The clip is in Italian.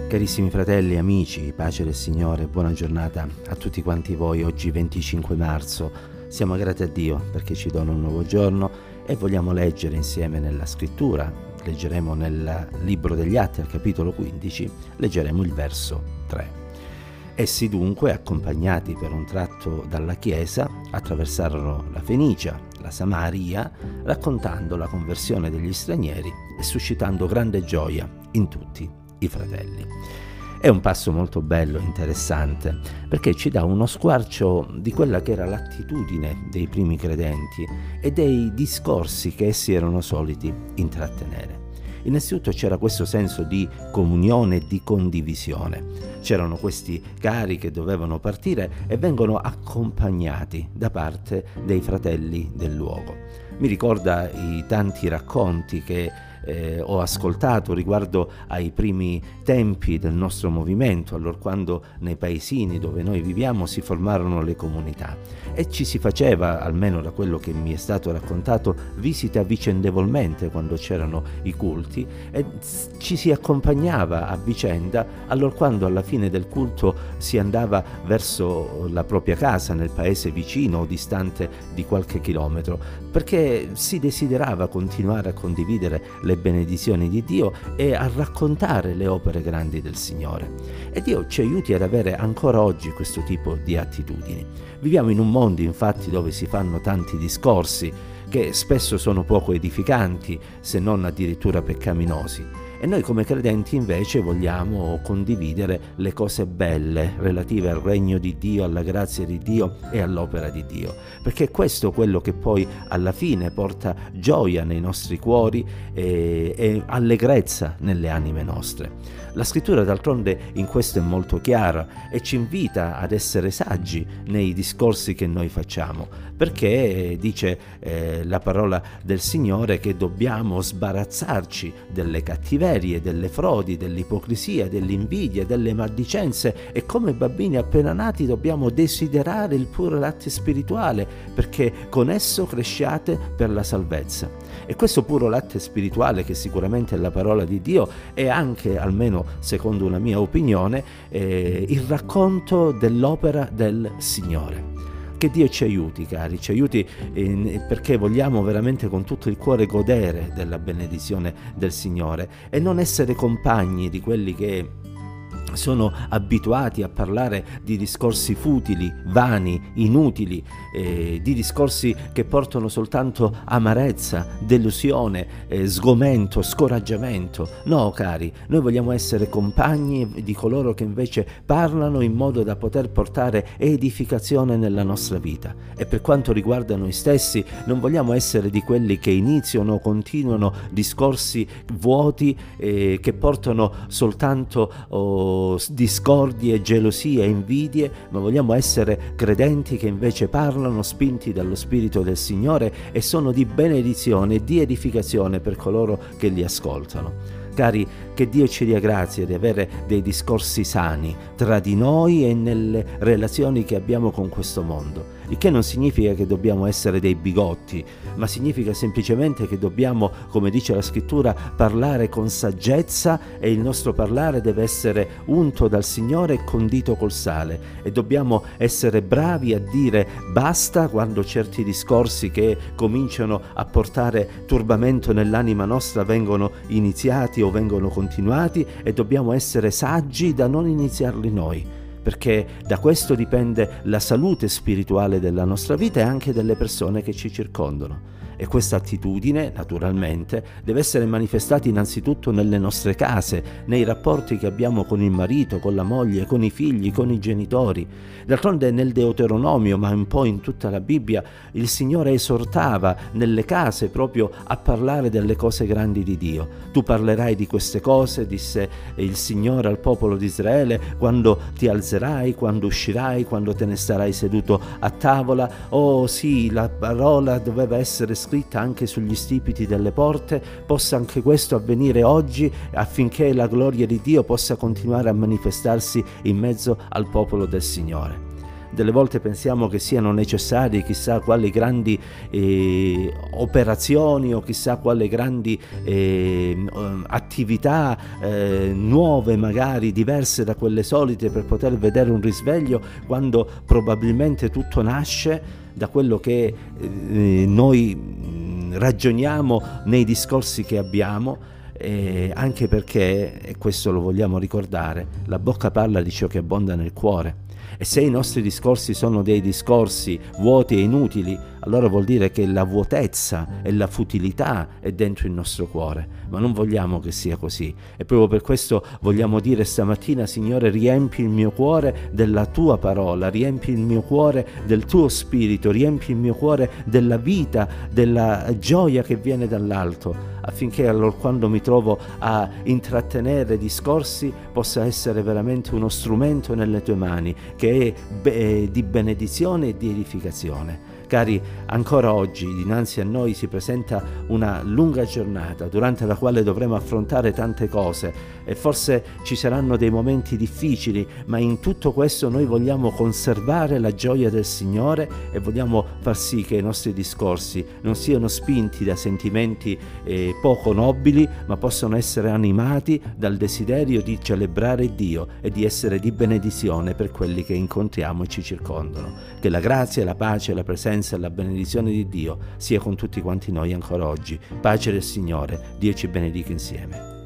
Carissimi fratelli e amici, pace del Signore, buona giornata a tutti quanti voi. Oggi 25 marzo, siamo grati a Dio perché ci dona un nuovo giorno e vogliamo leggere insieme nella scrittura. Leggeremo nel libro degli Atti al capitolo 15, leggeremo il verso 3. Essi dunque, accompagnati per un tratto dalla chiesa, attraversarono la Fenicia, la Samaria, raccontando la conversione degli stranieri e suscitando grande gioia in tutti i fratelli. È un passo molto bello e interessante perché ci dà uno squarcio di quella che era l'attitudine dei primi credenti e dei discorsi che essi erano soliti intrattenere. Innanzitutto c'era questo senso di comunione e di condivisione. C'erano questi cari che dovevano partire e vengono accompagnati da parte dei fratelli del luogo. Mi ricorda i tanti racconti che ho ascoltato riguardo ai primi tempi del nostro movimento, allora quando nei paesini dove noi viviamo si formarono le comunità e ci si faceva, almeno da quello che mi è stato raccontato, visite vicendevolmente quando c'erano i culti e ci si accompagnava a vicenda, allora quando alla fine del culto si andava verso la propria casa nel paese vicino o distante di qualche chilometro, perché si desiderava continuare a condividere le benedizioni di Dio e a raccontare le opere grandi del Signore. E Dio ci aiuti ad avere ancora oggi questo tipo di attitudini. Viviamo in un mondo infatti dove si fanno tanti discorsi che spesso sono poco edificanti, se non addirittura peccaminosi. E noi come credenti invece vogliamo condividere le cose belle relative al regno di Dio, alla grazia di Dio e all'opera di Dio, perché questo è quello che poi alla fine porta gioia nei nostri cuori e allegrezza nelle anime nostre. La scrittura d'altronde in questo è molto chiara e ci invita ad essere saggi nei discorsi che noi facciamo, perché dice la parola del Signore che dobbiamo sbarazzarci delle cattiverie, delle frodi, dell'ipocrisia, dell'invidia, delle maldicenze e come bambini appena nati dobbiamo desiderare il puro latte spirituale perché con esso cresciate per la salvezza. E questo puro latte spirituale, che sicuramente è la parola di Dio, è anche, almeno secondo una mia opinione, il racconto dell'opera del Signore. Che Dio ci aiuti, cari, ci aiuti perché vogliamo veramente con tutto il cuore godere della benedizione del Signore e non essere compagni di quelli che sono abituati a parlare di discorsi futili, vani, inutili, di discorsi che portano soltanto amarezza, delusione, sgomento, scoraggiamento. No, cari, noi vogliamo essere compagni di coloro che invece parlano in modo da poter portare edificazione nella nostra vita. E per quanto riguarda noi stessi, non vogliamo essere di quelli che iniziano o continuano discorsi vuoti che portano soltanto discordie, gelosie e invidie, ma vogliamo essere credenti che invece parlano spinti dallo Spirito del Signore e sono di benedizione e di edificazione per coloro che li ascoltano. Cari, che Dio ci dia grazia di avere dei discorsi sani tra di noi e nelle relazioni che abbiamo con questo mondo. Il che non significa che dobbiamo essere dei bigotti, ma significa semplicemente che dobbiamo, come dice la scrittura, parlare con saggezza e il nostro parlare deve essere unto dal Signore e condito col sale e dobbiamo essere bravi a dire basta quando certi discorsi che cominciano a portare turbamento nell'anima nostra vengono iniziati o vengono continuati e dobbiamo essere saggi da non iniziarli noi, perché da questo dipende la salute spirituale della nostra vita e anche delle persone che ci circondano. E questa attitudine, naturalmente, deve essere manifestata innanzitutto nelle nostre case, nei rapporti che abbiamo con il marito, con la moglie, con i figli, con i genitori. D'altronde nel Deuteronomio, ma un po' in tutta la Bibbia, il Signore esortava nelle case proprio a parlare delle cose grandi di Dio. Tu parlerai di queste cose, disse il Signore al popolo di Israele, quando ti alzerai, quando uscirai, quando te ne starai seduto a tavola. Oh sì, la parola doveva essere scritta anche sugli stipiti delle porte, possa anche questo avvenire oggi affinché la gloria di Dio possa continuare a manifestarsi in mezzo al popolo del Signore. Delle volte pensiamo che siano necessarie chissà quali grandi operazioni o chissà quali grandi attività nuove, magari diverse da quelle solite, per poter vedere un risveglio, quando probabilmente tutto nasce da quello che noi ragioniamo nei discorsi che abbiamo, anche perché, e questo lo vogliamo ricordare, la bocca parla di ciò che abbonda nel cuore. E se i nostri discorsi sono dei discorsi vuoti e inutili, allora vuol dire che la vuotezza e la futilità è dentro il nostro cuore, ma non vogliamo che sia così. E proprio per questo vogliamo dire stamattina: Signore, riempi il mio cuore della tua parola, riempi il mio cuore del tuo spirito, riempi il mio cuore della vita, della gioia che viene dall'alto, affinché allora, quando mi trovo a intrattenere discorsi, possa essere veramente uno strumento nelle tue mani, che è di benedizione e di edificazione. Cari, ancora oggi dinanzi a noi si presenta una lunga giornata durante la quale dovremo affrontare tante cose, e forse ci saranno dei momenti difficili, ma in tutto questo noi vogliamo conservare la gioia del Signore e vogliamo far sì che i nostri discorsi non siano spinti da sentimenti poco nobili, ma possano essere animati dal desiderio di celebrare Dio e di essere di benedizione per quelli che incontriamo e ci circondano. Che la grazia, la pace, la presenza e la benedizione di Dio sia con tutti quanti noi ancora oggi. Pace del Signore, Dio ci benedica insieme.